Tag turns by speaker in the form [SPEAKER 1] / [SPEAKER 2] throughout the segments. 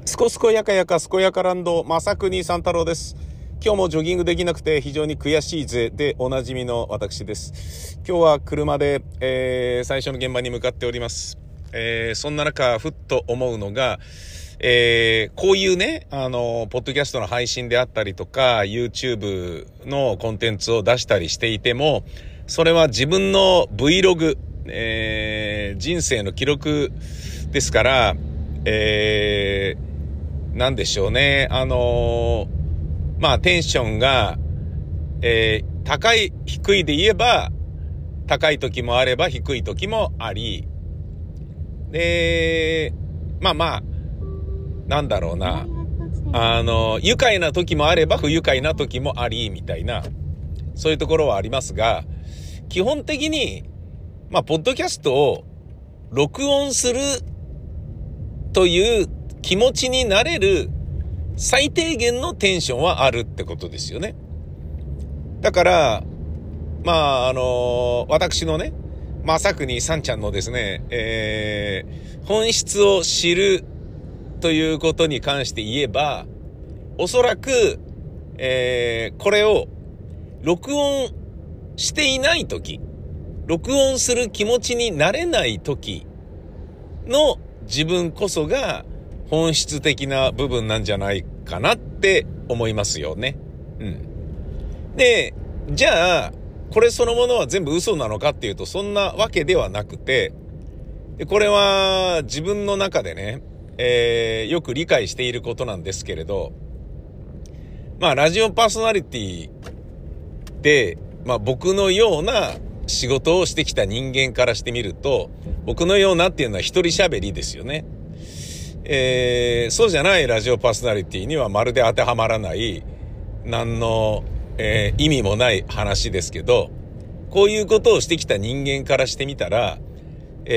[SPEAKER 1] すこすこやかやかすこやかランド正国三太郎です。今日もジョギングできなくて非常に悔しいぜでおなじみの私です。今日は車で、最初の現場に向かっております。そんな中ふっと思うのが、こういうねポッドキャストの配信であったりとか YouTube のコンテンツを出したりしていても、それは自分の Vlog、人生の記録ですから、なんでしょうね。テンションが、高い、低いで言えば、高い時もあれば低い時もあり、で、なんだろうな。愉快な時もあれば不愉快な時もあり、みたいな、そういうところはありますが、基本的に、ポッドキャストを録音するという気持ちになれる最低限のテンションはあるってことですよね。だから、私のね、正国さんちゃんのですね、本質を知るということに関して言えば、おそらく、これを録音していないとき、録音する気持ちになれないときの自分こそが本質的な部分なんじゃないかなって思いますよね。で、じゃあ、これそのものは全部嘘なのかっていうと、そんなわけではなくて、でこれは自分の中でね、よく理解していることなんですけれど、ラジオパーソナリティで、僕のような仕事をしてきた人間からしてみると、僕のようなっていうのは一人喋りですよね。そうじゃないラジオパーソナリティにはまるで当てはまらない何の、意味もない話ですけど、こういうことをしてきた人間からしてみたら、こう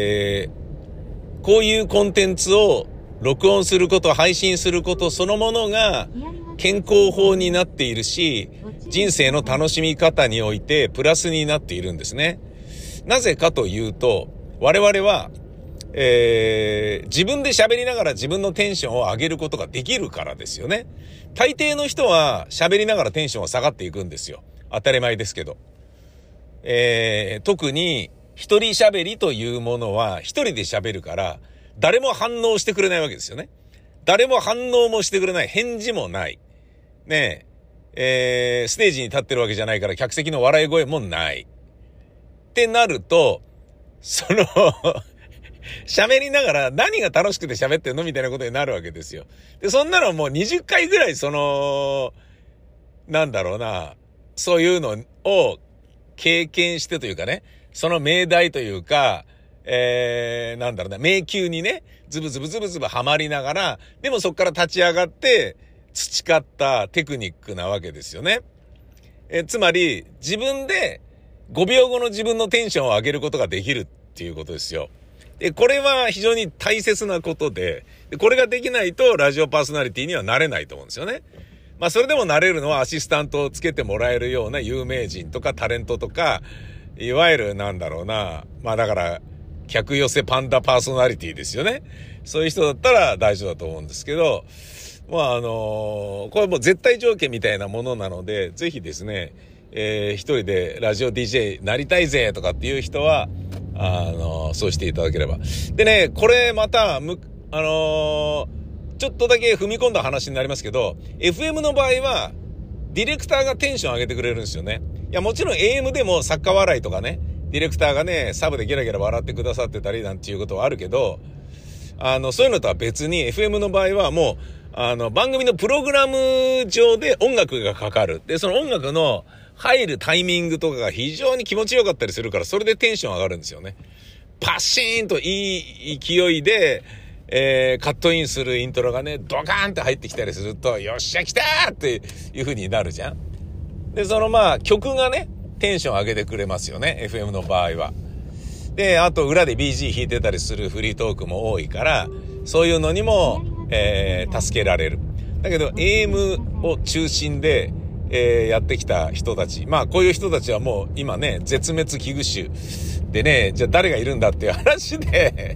[SPEAKER 1] いうコンテンツを録音すること、配信することそのものが健康法になっているし、人生の楽しみ方においてプラスになっているんですね。なぜかというと、我々は自分で喋りながら自分のテンションを上げることができるからですよね。大抵の人は喋りながらテンションは下がっていくんですよ。当たり前ですけど。特に一人喋りというものは一人で喋るから誰も反応してくれないわけですよね。誰も反応もしてくれない。返事もない。ねえ、ステージに立ってるわけじゃないから客席の笑い声もない。ってなると、喋りながら何が楽しくて喋ってんのみたいなことになるわけですよ。で、そんなのもう20回ぐらいそういうのを経験してというかね、その命題というか、迷宮にね、ズブズブはまりながら、でもそこから立ち上がって培ったテクニックなわけですよね。つまり自分で5秒後の自分のテンションを上げることができるっていうことですよ。で、これは非常に大切なことで、これができないとラジオパーソナリティにはなれないと思うんですよね。それでもなれるのはアシスタントをつけてもらえるような有名人とかタレントとか、いわゆるだから客寄せパンダパーソナリティですよね。そういう人だったら大丈夫だと思うんですけど、これもう絶対条件みたいなものなので、ぜひですね、一人でラジオ DJ なりたいぜとかっていう人は、そうしていただければ。でね、これまた、ちょっとだけ踏み込んだ話になりますけど、FM の場合は、ディレクターがテンション上げてくれるんですよね。いや、もちろん AM でも作家笑いとかね、ディレクターがね、サブでゲラゲラ笑ってくださってたりなんていうことはあるけど、そういうのとは別に FM の場合はもう、番組のプログラム上で音楽がかかる。で、その音楽の入るタイミングとかが非常に気持ちよかったりするから、それでテンション上がるんですよね。パシーンといい勢いで、カットインするイントロがね、ドカーンって入ってきたりすると、よっしゃ来たーっていう風になるじゃん。で、曲がね、テンション上げてくれますよね、FM の場合は。で、あと裏で BG 弾いてたりするフリートークも多いから、そういうのにも、助けられる。だけど AM を中心で、やってきた人たち。こういう人たちはもう今ね、絶滅危惧種でね、じゃあ誰がいるんだっていう話で、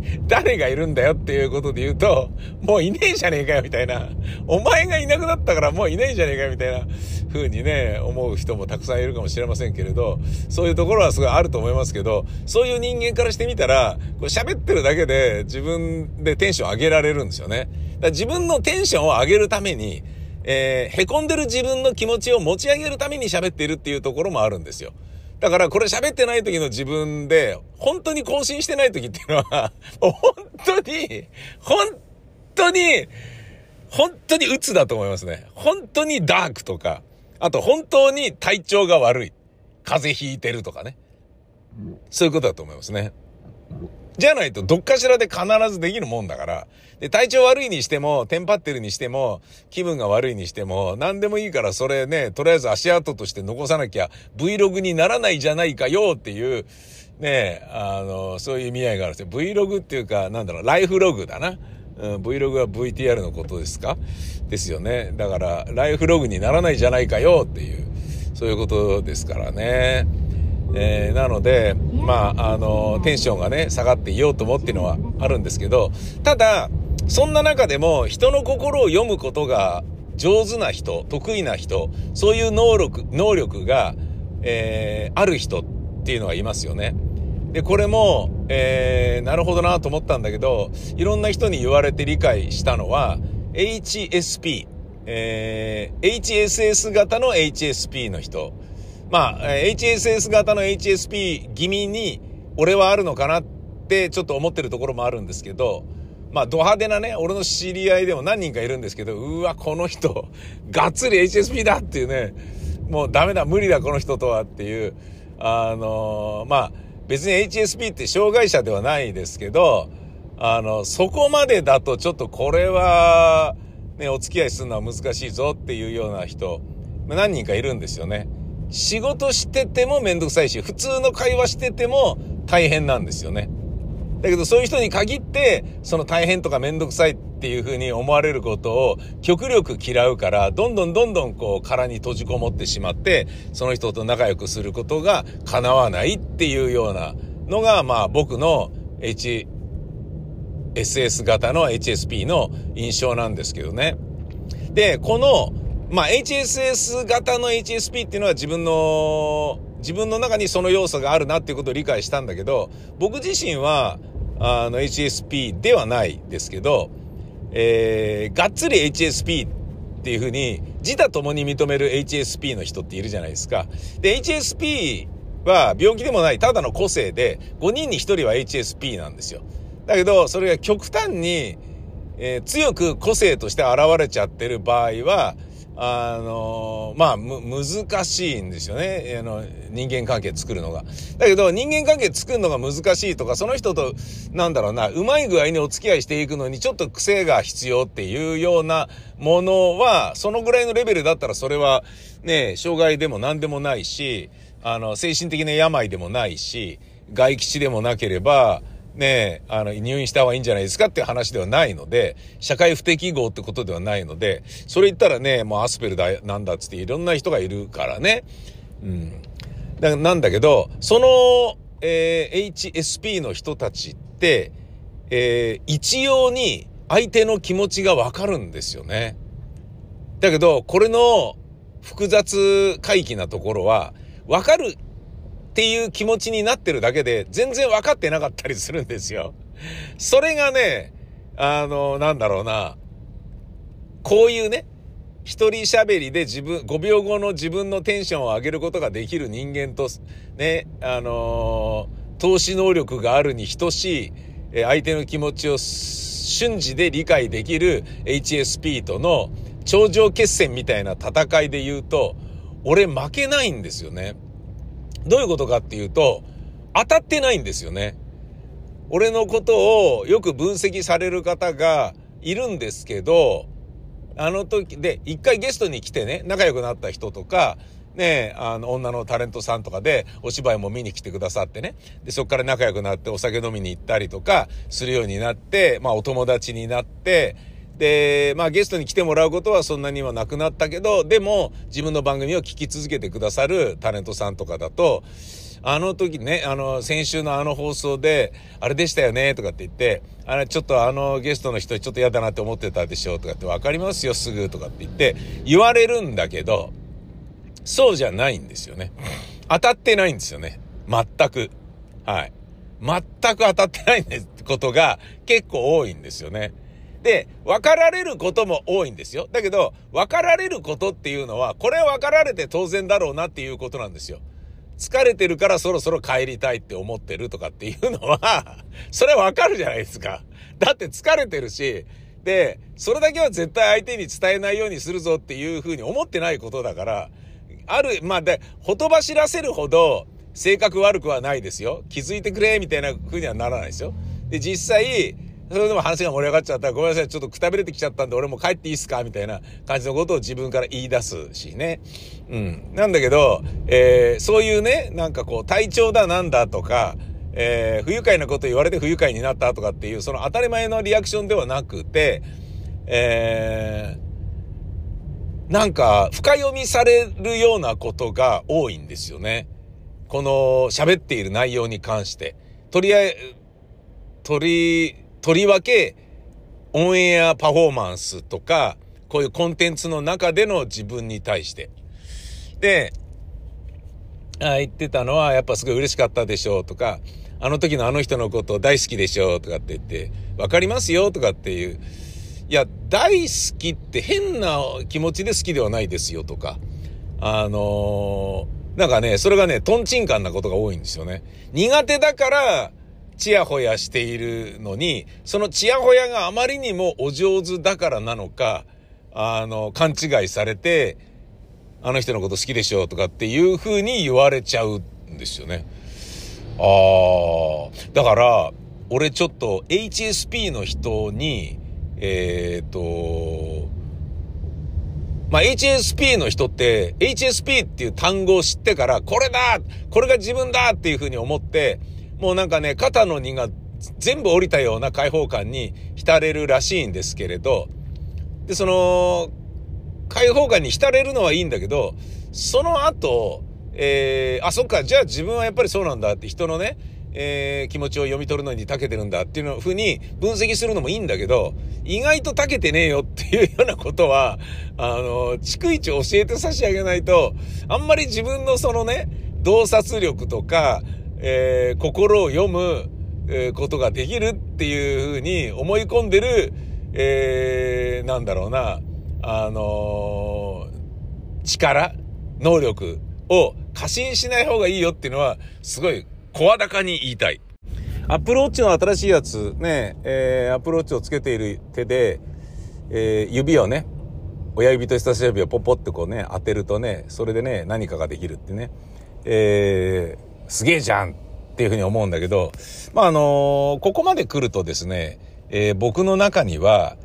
[SPEAKER 1] 誰がいるんだよっていうことで言うと、もういねえじゃねえかよみたいな。お前がいなくなったからもういねえじゃねえかよみたいな風にね、思う人もたくさんいるかもしれませんけれど、そういうところはすごいあると思いますけど、そういう人間からしてみたら、これ喋ってるだけで自分でテンション上げられるんですよね。だから自分のテンションを上げるために、へこんでる自分の気持ちを持ち上げるために喋っているっていうところもあるんですよ。だからこれ喋ってない時の自分で、本当に更新してない時っていうのは、本当に鬱だと思いますね。本当にダークとか、あと本当に体調が悪い。風邪ひいてるとかね。そういうことだと思いますね。じゃないとどっかしらで必ずできるもんだから。で、体調悪いにしても、テンパってるにしても、気分が悪いにしても、何でもいいからそれね、とりあえず足跡として残さなきゃ Vlog にならないじゃないかよっていう、ね、そういう意味合いがあるんですよ。Vlog っていうか、ライフログだな。Vlog は VTR のことですか？ですよね。だから、ライフログにならないじゃないかよっていう、そういうことですからね。なので、テンションがね、下がっていようともっていうのはあるんですけど、ただ、そんな中でも人の心を読むことが上手な人、得意な人、そういう能力が、ある人っていうのがいますよね。で、これも、なるほどなと思ったんだけど、いろんな人に言われて理解したのは、HSP、HSS 型の HSP の人。HSS 型の HSP 気味に俺はあるのかなってちょっと思ってるところもあるんですけど、ド派手なね、俺の知り合いでも何人かいるんですけど、うわ、この人、がっつり HSP だっていうね、もうダメだ、無理だ、この人とはっていう、別に HSP って障害者ではないですけど、そこまでだとちょっとこれは、ね、お付き合いするのは難しいぞっていうような人、何人かいるんですよね。仕事しててもめんどくさいし、普通の会話してても大変なんですよね。だけどそういう人に限って、その大変とかめんどくさいっていう風に思われることを極力嫌うから、どんどんこう殻に閉じこもってしまって、その人と仲良くすることが叶わないっていうようなのが、僕の HSS 型の HSP の印象なんですけどね。で、このHSS 型の HSP っていうのは自分の中にその要素があるなっていうことを理解したんだけど、僕自身はHSP ではないですけど、がっつり HSP っていうふうに自他ともに認める HSP の人っているじゃないですか。で、HSP は病気でもない、ただの個性で、5人に1人は HSP なんですよ。だけど、それが極端に、強く個性として現れちゃってる場合は、難しいんですよね。人間関係作るのが。だけど、人間関係作るのが難しいとか、その人と、うまい具合にお付き合いしていくのにちょっと癖が必要っていうようなものは、そのぐらいのレベルだったらそれはね、障害でも何でもないし、精神的な病でもないし、外気地でもなければ、ねえ、入院した方がいいんじゃないですかっていう話ではないので、社会不適合ってことではないので、それ言ったらね、もうアスペルだ、なんだっつっていろんな人がいるからね。なんだけど、その、HSP の人たちって、一様に相手の気持ちがわかるんですよね。だけど、これの複雑回帰なところは、わかるっていう気持ちになってるだけで全然分かってなかったりするんですよ。それがね、こういうね、一人喋りで5秒後の自分のテンションを上げることができる人間と、ね、投資能力があるに等しい、相手の気持ちを瞬時で理解できる HSP との頂上決戦みたいな戦いで言うと、俺負けないんですよね。どういうことかっていうと、当たってないんですよね。俺のことをよく分析される方がいるんですけど、あの時で一回ゲストに来てね、仲良くなった人とか、ね、女のタレントさんとかでお芝居も見に来てくださってね。で、そこから仲良くなってお酒飲みに行ったりとかするようになって、お友達になって、で、ゲストに来てもらうことはそんなにはなくなったけど、でも自分の番組を聞き続けてくださるタレントさんとかだと、 あの時ね、先週のあの放送で、あれでしたよね、とかって言って、ちょっとゲストの人ちょっと嫌だなって思ってたでしょ、とかって、わかりますよ、すぐ、とかって言って、言われるんだけど、そうじゃないんですよね。当たってないんですよね。全く。はい。全く当たってないことが結構多いんですよね。で、分かられることも多いんですよ。だけど、分かられることっていうのは、これ分かられて当然だろうなっていうことなんですよ。疲れてるからそろそろ帰りたいって思ってるとかっていうのは、それは分かるじゃないですか。だって疲れてるし、で、それだけは絶対相手に伝えないようにするぞっていうふうに思ってないことだから、で、ほとばしらせるほど性格悪くはないですよ。気づいてくれみたいな風にはならないですよ。で、実際、それでも話が盛り上がっちゃったら、ごめんなさい、ちょっとくたびれてきちゃったんで、俺も帰っていいっすかみたいな感じのことを自分から言い出すしね。なんだけど、そういうね、なんかこう、体調だなんだとか、不愉快なこと言われて不愉快になったとかっていう、その当たり前のリアクションではなくて、なんか深読みされるようなことが多いんですよね。この喋っている内容に関して。とりわけオンエアパフォーマンスとか、こういうコンテンツの中での自分に対して。で、言ってたのはやっぱすごい嬉しかったでしょうとか、あの時のあの人のこと大好きでしょうとかって言って、わかりますよとかっていう。いや、大好きって変な気持ちで好きではないですよとか。なんかね、それがね、トンチンカンなことが多いんですよね。苦手だから、チヤホヤしているのに、そのチヤホヤがあまりにもお上手だからなのか、勘違いされて、あの人のこと好きでしょとかっていう風に言われちゃうんですよね。だから、俺ちょっと HSP の人に、HSP の人って、HSP っていう単語を知ってから、これが自分だっていう風に思って、もうなんかね、肩の荷が全部降りたような解放感に浸れるらしいんですけれど、で、その、解放感に浸れるのはいいんだけど、その後、そっか、じゃあ自分はやっぱりそうなんだって人のね、気持ちを読み取るのに長けてるんだっていう風に分析するのもいいんだけど、意外と長けてねえよっていうようなことは、逐一教えて差し上げないと、あんまり自分のそのね、洞察力とか、心を読む、ことができるっていう風に思い込んでる、なんだろうな、力、能力を過信しない方がいいよっていうのは、すごい声高に言いたい。アップルウォッチの新しいやつね、アップルウォッチをつけている手で、指をね、親指と人差し指をポッポってこうね、当てるとね、それでね、何かができるってね、すげえじゃんっていうふうに思うんだけど、ここまで来るとですね、僕の中には、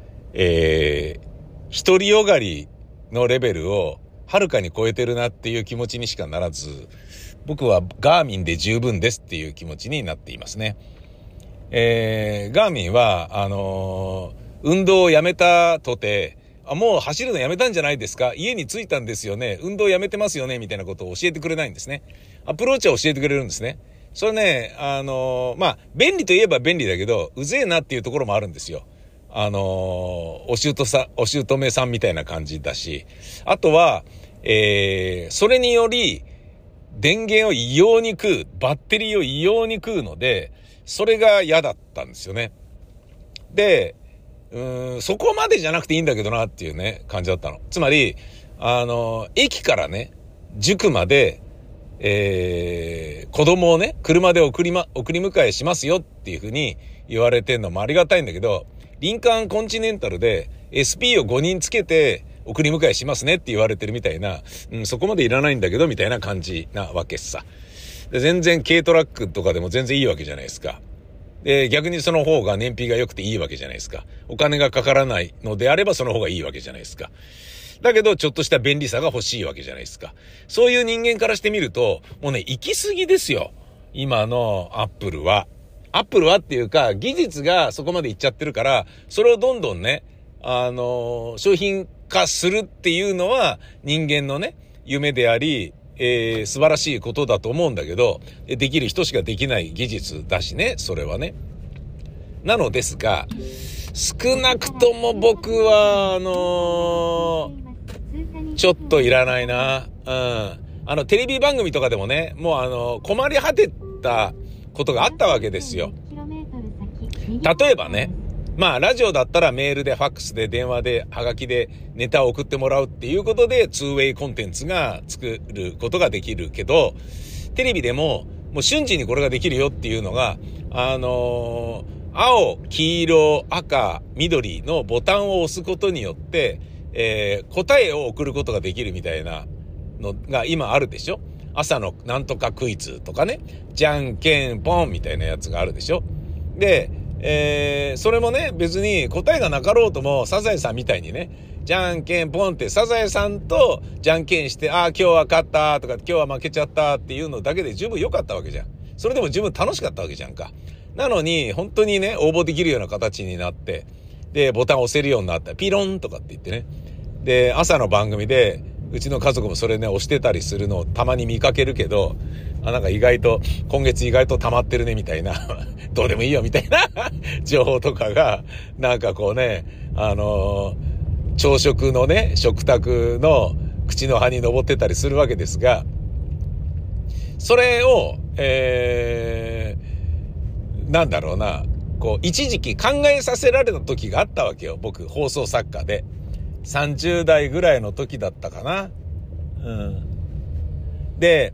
[SPEAKER 1] 独りよがりのレベルをはるかに超えてるなっていう気持ちにしかならず、僕はガーミンで十分ですっていう気持ちになっていますね。ガーミンは、運動をやめたとて、もう走るのやめたんじゃないですか？家に着いたんですよね？運動やめてますよね？みたいなことを教えてくれないんですね。アプローチは教えてくれるんですね。それね、便利といえば便利だけど、うぜえなっていうところもあるんですよ。お姑さんみたいな感じだし。あとは、それにより、電源を異様に食う、バッテリーを異様に食うので、それが嫌だったんですよね。で、そこまでじゃなくていいんだけどなっていうね、感じだったの。つまり、駅からね、塾まで、子供をね、車で送り迎えしますよっていう風に言われてんのもありがたいんだけど、リンカーンコンチネンタルで SP を5人つけて送り迎えしますねって言われてるみたいな、そこまでいらないんだけどみたいな感じなわけさ。で、全然軽トラックとかでも全然いいわけじゃないですか。で、逆にその方が燃費が良くていいわけじゃないですか。お金がかからないのであればその方がいいわけじゃないですか。だけど、ちょっとした便利さが欲しいわけじゃないですか。そういう人間からしてみると、もうね、行き過ぎですよ。今のアップルは。アップルはっていうか、技術がそこまで行っちゃってるから、それをどんどんね、商品化するっていうのは人間のね、夢であり、 素晴らしいことだと思うんだけど、できる人しかできない技術だしね、それはね。なのですが、少なくとも僕は、ちょっといらないな。テレビ番組とかでもね、もう困り果てたことがあったわけですよ。例えばね、ラジオだったらメールでファックスで電話でハガキでネタを送ってもらうっていうことでツーウェイコンテンツが作ることができるけど、テレビでもう瞬時にこれができるよっていうのが、青、黄色、赤、緑のボタンを押すことによって、答えを送ることができるみたいなのが今あるでしょ。朝のなんとかクイズとかね、じゃんけんポンみたいなやつがあるでしょ。で、それもね、別に答えがなかろうとも、サザエさんみたいにね、じゃんけんポンってサザエさんとじゃんけんして、今日は勝ったとか、今日は負けちゃったっていうのだけで十分良かったわけじゃん。それでも十分楽しかったわけじゃんか。なのに、本当にね、応募できるような形になって、で、ボタン押せるようになった。ピロンとかって言ってね。で、朝の番組で、うちの家族もそれね、押してたりするのをたまに見かけるけど、なんか今月意外と溜まってるねみたいな、どうでもいいよみたいな情報とかが、なんかこうね、朝食のね、食卓の口の葉に登ってたりするわけですが、それを、なんだろうな、こう、一時期考えさせられた時があったわけよ。僕、放送作家で。30代ぐらいの時だったかな。で、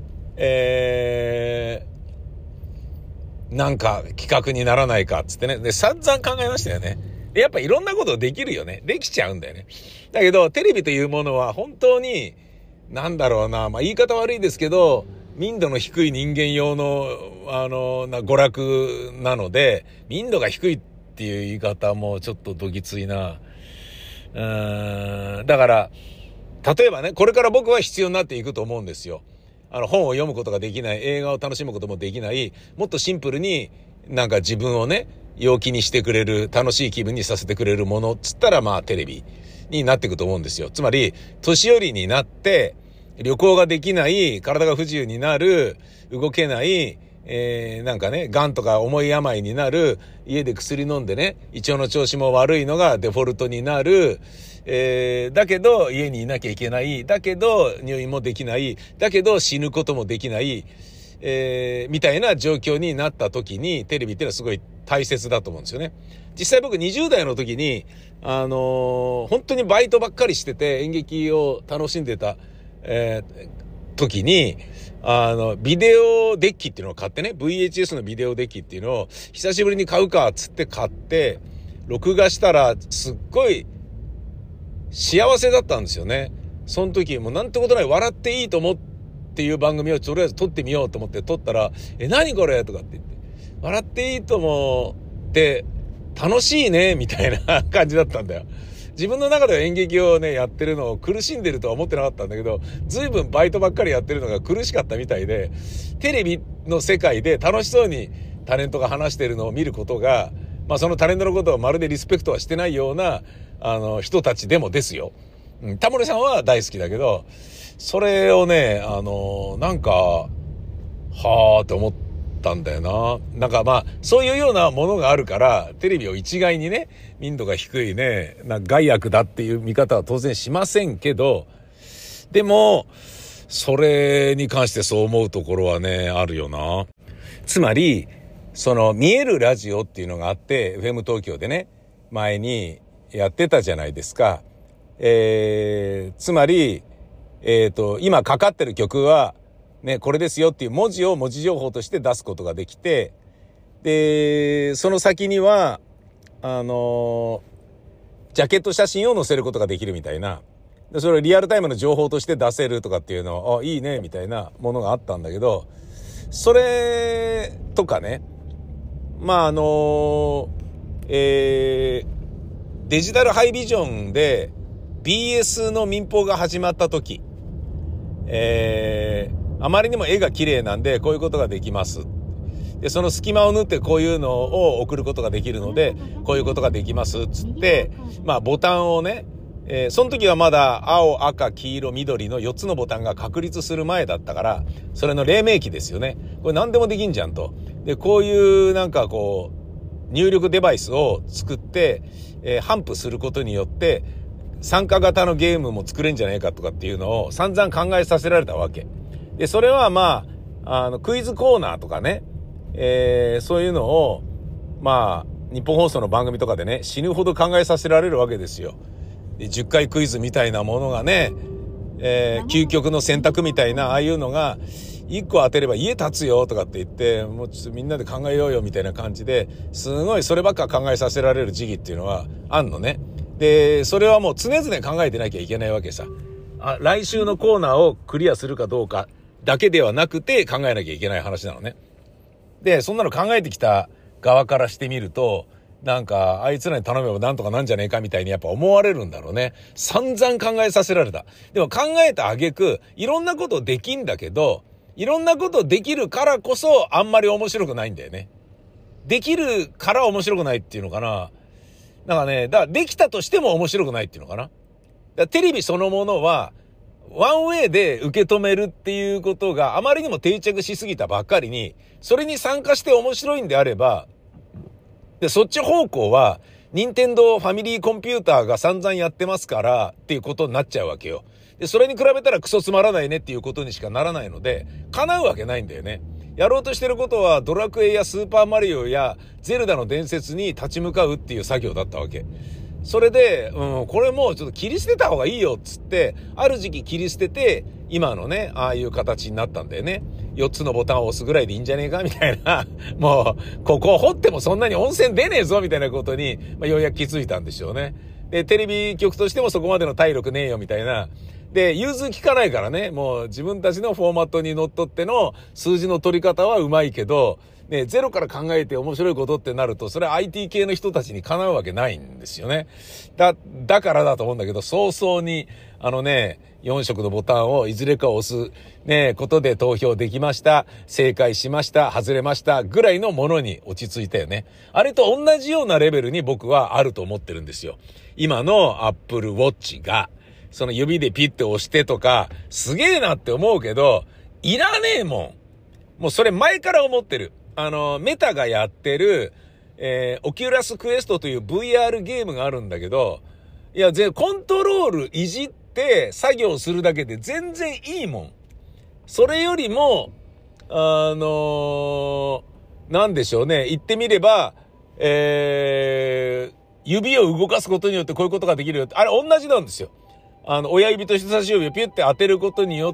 [SPEAKER 1] なんか企画にならないかっつってね。で、散々考えましたよね。で、やっぱいろんなことできるよね。できちゃうんだよね。だけど、テレビというものは本当に、なんだろうな、言い方悪いですけど、民度の低い人間用の、娯楽なので、民度が低いっていう言い方もちょっとどぎついな。だから、例えばね、これから僕は必要になっていくと思うんですよ。本を読むことができない、映画を楽しむこともできない、もっとシンプルになんか自分をね、陽気にしてくれる、楽しい気分にさせてくれるものっつったらテレビになっていくと思うんですよ。つまり、年寄りになって、旅行ができない、体が不自由になる、動けない、なんかね、癌とか重い病になる、家で薬飲んでね、胃腸の調子も悪いのがデフォルトになる、だけど家にいなきゃいけない、だけど入院もできない、だけど死ぬこともできない、みたいな状況になった時に、テレビっていうのはすごい大切だと思うんですよね。実際僕20代の時に、本当にバイトばっかりしてて演劇を楽しんでた、時に、ビデオデッキっていうのを買ってね、VHS のビデオデッキっていうのを久しぶりに買うかっつって買って、録画したらすっごい幸せだったんですよね。その時もうなんてことない、笑っていいと思っていう番組をとりあえず撮ってみようと思って撮ったら、何これとかって言って、笑っていいと思って楽しいねみたいな感じだったんだよ。自分の中では演劇をね、やってるのを苦しんでるとは思ってなかったんだけど、随分バイトばっかりやってるのが苦しかったみたいで、テレビの世界で楽しそうにタレントが話してるのを見ることが、そのタレントのことをまるでリスペクトはしてないような、人たちでもですよ。タモリさんは大好きだけど、それをね、なんか、はーって思ったんだよな。なんかそういうようなものがあるから、テレビを一概にね、民度が低いね、害悪だっていう見方は当然しませんけど、でも、それに関してそう思うところはね、あるよな。つまり、見えるラジオっていうのがあって、FM 東京でね、前にやってたじゃないですか。つまり、今かかってる曲は、ね、これですよっていう文字を文字情報として出すことができて、で、その先には、ジャケット写真を載せることができるみたいな。で、それをリアルタイムの情報として出せるとかっていうのを、いいね、みたいなものがあったんだけど、それとかね、デジタルハイビジョンで BS の民放が始まった時、あまりにも絵が綺麗なんでこういうことができます。で、その隙間を縫ってこういうのを送ることができるので、こういうことができますっつって、ボタンをね、 その時はまだ青、赤、黄色、緑の4つのボタンが確立する前だったから、それの黎明期ですよね。これ何でもできんじゃんと。で、こういうなんかこう、入力デバイスを作って、頒布することによって、参加型のゲームも作れんじゃないかとかっていうのを散々考えさせられたわけ。で、それはまあ、クイズコーナーとかね、そういうのを、まあ、日本放送の番組とかでね、死ぬほど考えさせられるわけですよ。で、10回クイズみたいなものがね、究極の選択みたいな、ああいうのが、1個当てれば家建つよとかって言って、もうちょっとみんなで考えようよみたいな感じで、すごいそればっか考えさせられる時期っていうのはあんのね。で、それはもう常々考えてなきゃいけないわけさ。来週のコーナーをクリアするかどうかだけではなくて考えなきゃいけない話なのね。で、そんなの考えてきた側からしてみると、なんか、あいつらに頼めばなんとかなんじゃねえかみたいにやっぱ思われるんだろうね。散々考えさせられた。でも考えた挙句、いろんなことできんだけど、いろんなことできるからこそあんまり面白くないんだよね。できるから面白くないっていうのかな。なんかね、だからできたとしても面白くないっていうのかな。だからテレビそのものは、ワンウェイで受け止めるっていうことがあまりにも定着しすぎたばっかりに、それに参加して面白いんであれば、で、そっち方向は、任天堂ファミリーコンピューターが散々やってますからっていうことになっちゃうわけよ。で、それに比べたらクソつまらないねっていうことにしかならないので、叶うわけないんだよね。やろうとしてることはドラクエやスーパーマリオやゼルダの伝説に立ち向かうっていう作業だったわけ。それで、これもうちょっと切り捨てた方がいいよっつって、ある時期切り捨てて、今のね、ああいう形になったんだよね。4つのボタンを押すぐらいでいいんじゃねえかみたいな、もう、ここ掘ってもそんなに温泉出ねえぞみたいなことに、ようやく気づいたんでしょうね。で、テレビ局としてもそこまでの体力ねえよみたいな。で、融通聞かないからね、もう自分たちのフォーマットにのっとっての数字の取り方はうまいけど、ね、ゼロから考えて面白いことってなると、それは IT 系の人たちにかなうわけないんですよね。だからだと思うんだけど、早々に、4色のボタンをいずれか押す、ことで投票できました。正解しました。外れました。ぐらいのものに落ち着いたよね。あれと同じようなレベルに僕はあると思ってるんですよ。今の Apple Watch が、その指でピッて押してとか、すげえなって思うけど、いらねえもん。もうそれ前から思ってる。メタがやってる、オキュラスクエストという VR ゲームがあるんだけど、いや、コントロールいじって作業するだけで全然いいもん。それよりも、なんでしょうね。言ってみれば、指を動かすことによってこういうことができるよって、あれ同じなんですよ。親指と人差し指をピュッて当てることによって、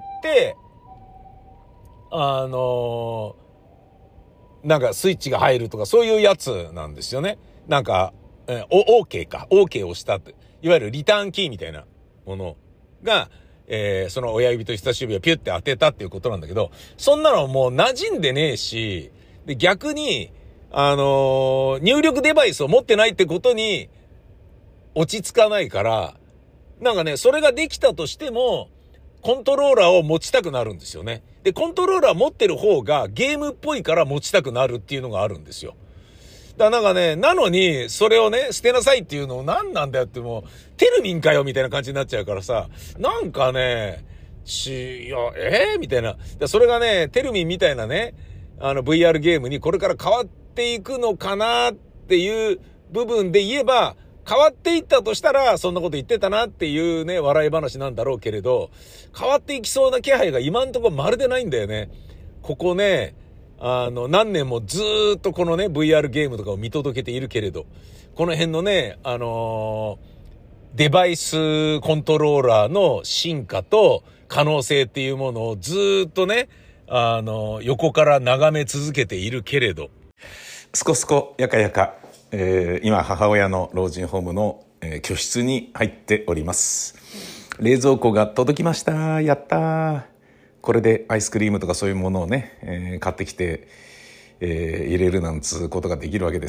[SPEAKER 1] なんかスイッチが入るとかそういうやつなんですよね。なんか、OK か。OK を押したって。いわゆるリターンキーみたいなものが、その親指と人差し指をピュッて当てたっていうことなんだけど、そんなのもう馴染んでねえし、で、逆に、入力デバイスを持ってないってことに落ち着かないから、なんかね、それができたとしても、コントローラーを持ちたくなるんですよね。で、コントローラー持ってる方がゲームっぽいから持ちたくなるっていうのがあるんですよ。だからなんかね、なのに、それをね、捨てなさいっていうのを何なんだよってもう、テルミンかよみたいな感じになっちゃうからさ、なんかね、みたいな。それがね、テルミンみたいなね、VR ゲームにこれから変わっていくのかなっていう部分で言えば、変わっていったとしたら、そんなこと言ってたなっていうね、笑い話なんだろうけれど、変わっていきそうな気配が今んところまるでないんだよね。ここね、何年もずーっとこのね、VR ゲームとかを見届けているけれど、この辺のね、デバイスコントローラーの進化と可能性っていうものをずーっとね、横から眺め続けているけれど、すこすこやかやか、今母親の老人ホームの、居室に入っております。冷蔵庫が届きました。やったー。これでアイスクリームとかそういうものをね、買ってきて、入れるなんつうことができるわけです。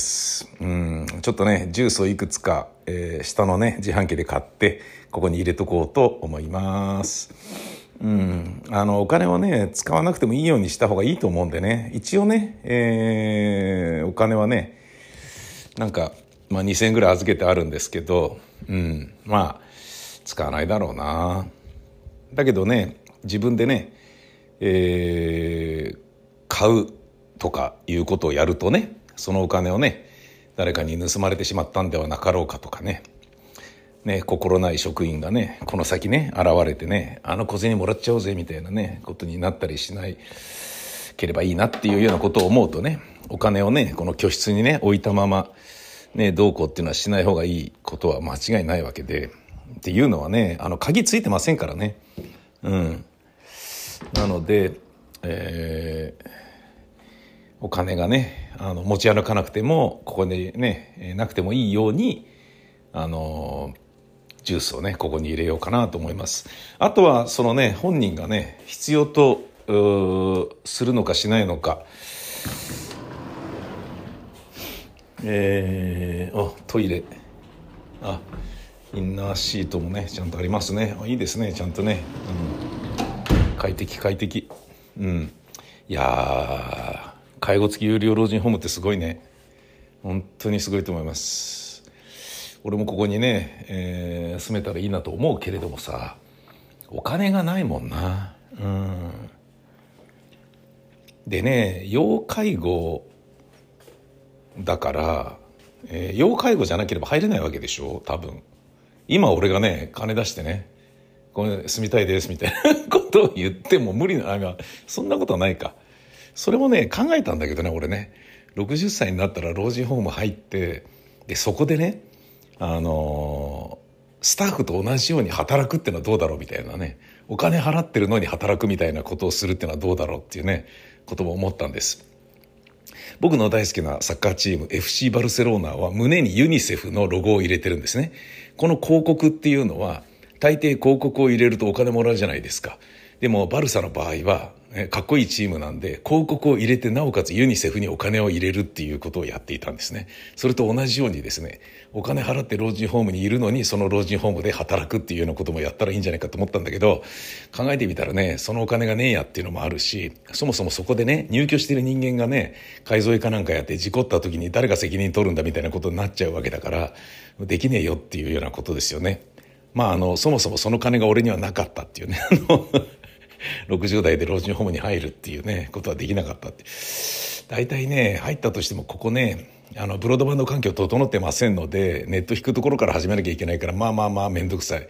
[SPEAKER 1] ちょっとね、ジュースをいくつか、下のね、自販機で買ってここに入れとこうと思います。お金をね、使わなくてもいいようにした方がいいと思うんでね、一応ね、お金はね、なんか、2000円ぐらい預けてあるんですけど、 使わないだろうな。だけどね、自分でね、買うとかいうことをやるとね、そのお金をね、誰かに盗まれてしまったんではなかろうかとかね、心ない職員がね、この先ね現れてね、小銭もらっちゃおうぜみたいなねことになったりしないければいいなっていうようなことを思うとね、お金をねこの居室にね置いたままねどうこうっていうのはしない方がいいことは間違いないわけで、っていうのはね、鍵ついてませんからね。なので、お金がね持ち歩かなくてもここでねなくてもいいようにジュースをねここに入れようかなと思います。あとはそのね本人がね必要とするのかしないのか、トイレ、インナーシートもねちゃんとありますね。いいですね、ちゃんとね、快適。いやー、介護付き有料老人ホームってすごいね。本当にすごいと思います。俺もここにね、住めたらいいなと思うけれどもさ、お金がないもんな。でね、要介護だから、要介護じゃなければ入れないわけでしょ多分。今俺がね金出してね、これ住みたいですみたいなことを言っても無理な、そんなことはないか。それもね考えたんだけどね、俺ね60歳になったら老人ホーム入って、でそこでねスタッフと同じように働くってのはどうだろうみたいなね、お金払ってるのに働くみたいなことをするってのはどうだろうっていうねことも思ったんです。僕の大好きなサッカーチーム FC バルセロナは胸にユニセフのロゴを入れてるんですね。この広告っていうのは大抵広告を入れるとお金もらうじゃないですか。でもバルサの場合はかっこいいチームなんで広告を入れて、なおかつユニセフにお金を入れるっていうことをやっていたんですね。それと同じようにですね、お金払って老人ホームにいるのにその老人ホームで働くっていうようなこともやったらいいんじゃないかと思ったんだけど、考えてみたらねそのお金がねえやっていうのもあるし、そもそもそこでね入居してる人間がね改造かなんかやって事故った時に誰が責任取るんだみたいなことになっちゃうわけだから、できねえよっていうようなことですよね。そもそもその金が俺にはなかったっていうね60代で老人ホームに入るっていうねことはできなかったって。大体ね入ったとしてもここねブロードバンド環境整ってませんので、ネット引くところから始めなきゃいけないから、めんどくさい。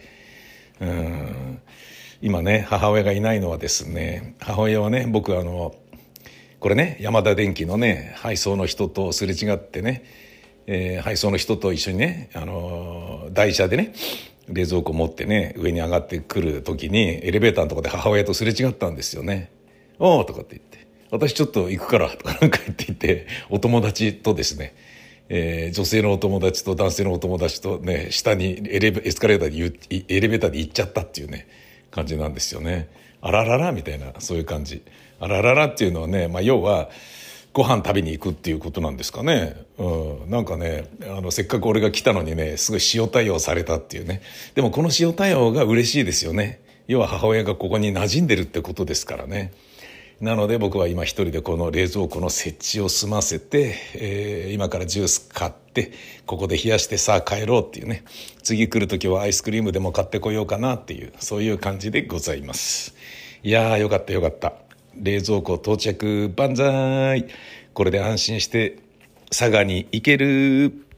[SPEAKER 1] 今ね母親がいないのはですね、母親はね僕これねヤマダ電機のね配送の人とすれ違ってね、配送の人と一緒にね台車でね冷蔵庫持ってね上に上がってくる時にエレベーターのところで母親とすれ違ったんですよね。おーとかって言って、私ちょっと行くからとかなんか言っていて、お友達とですね、女性のお友達と男性のお友達とね下にエスカレーターでエレベーターで行っちゃったっていうね感じなんですよね。あらららみたいな、そういう感じ。あらららっていうのはね、要はご飯食べに行くっていうことなんですかね。なんかねせっかく俺が来たのにねすごい塩対応されたっていうね。でもこの塩対応が嬉しいですよね。要は母親がここに馴染んでるってことですからね。なので僕は今一人でこの冷蔵庫の設置を済ませて、今からジュース買ってここで冷やしてさあ帰ろうっていうね、次来る時はアイスクリームでも買ってこようかなっていう、そういう感じでございます。いやーよかったよかった。冷蔵庫到着、万歳。これで安心して佐賀に行ける。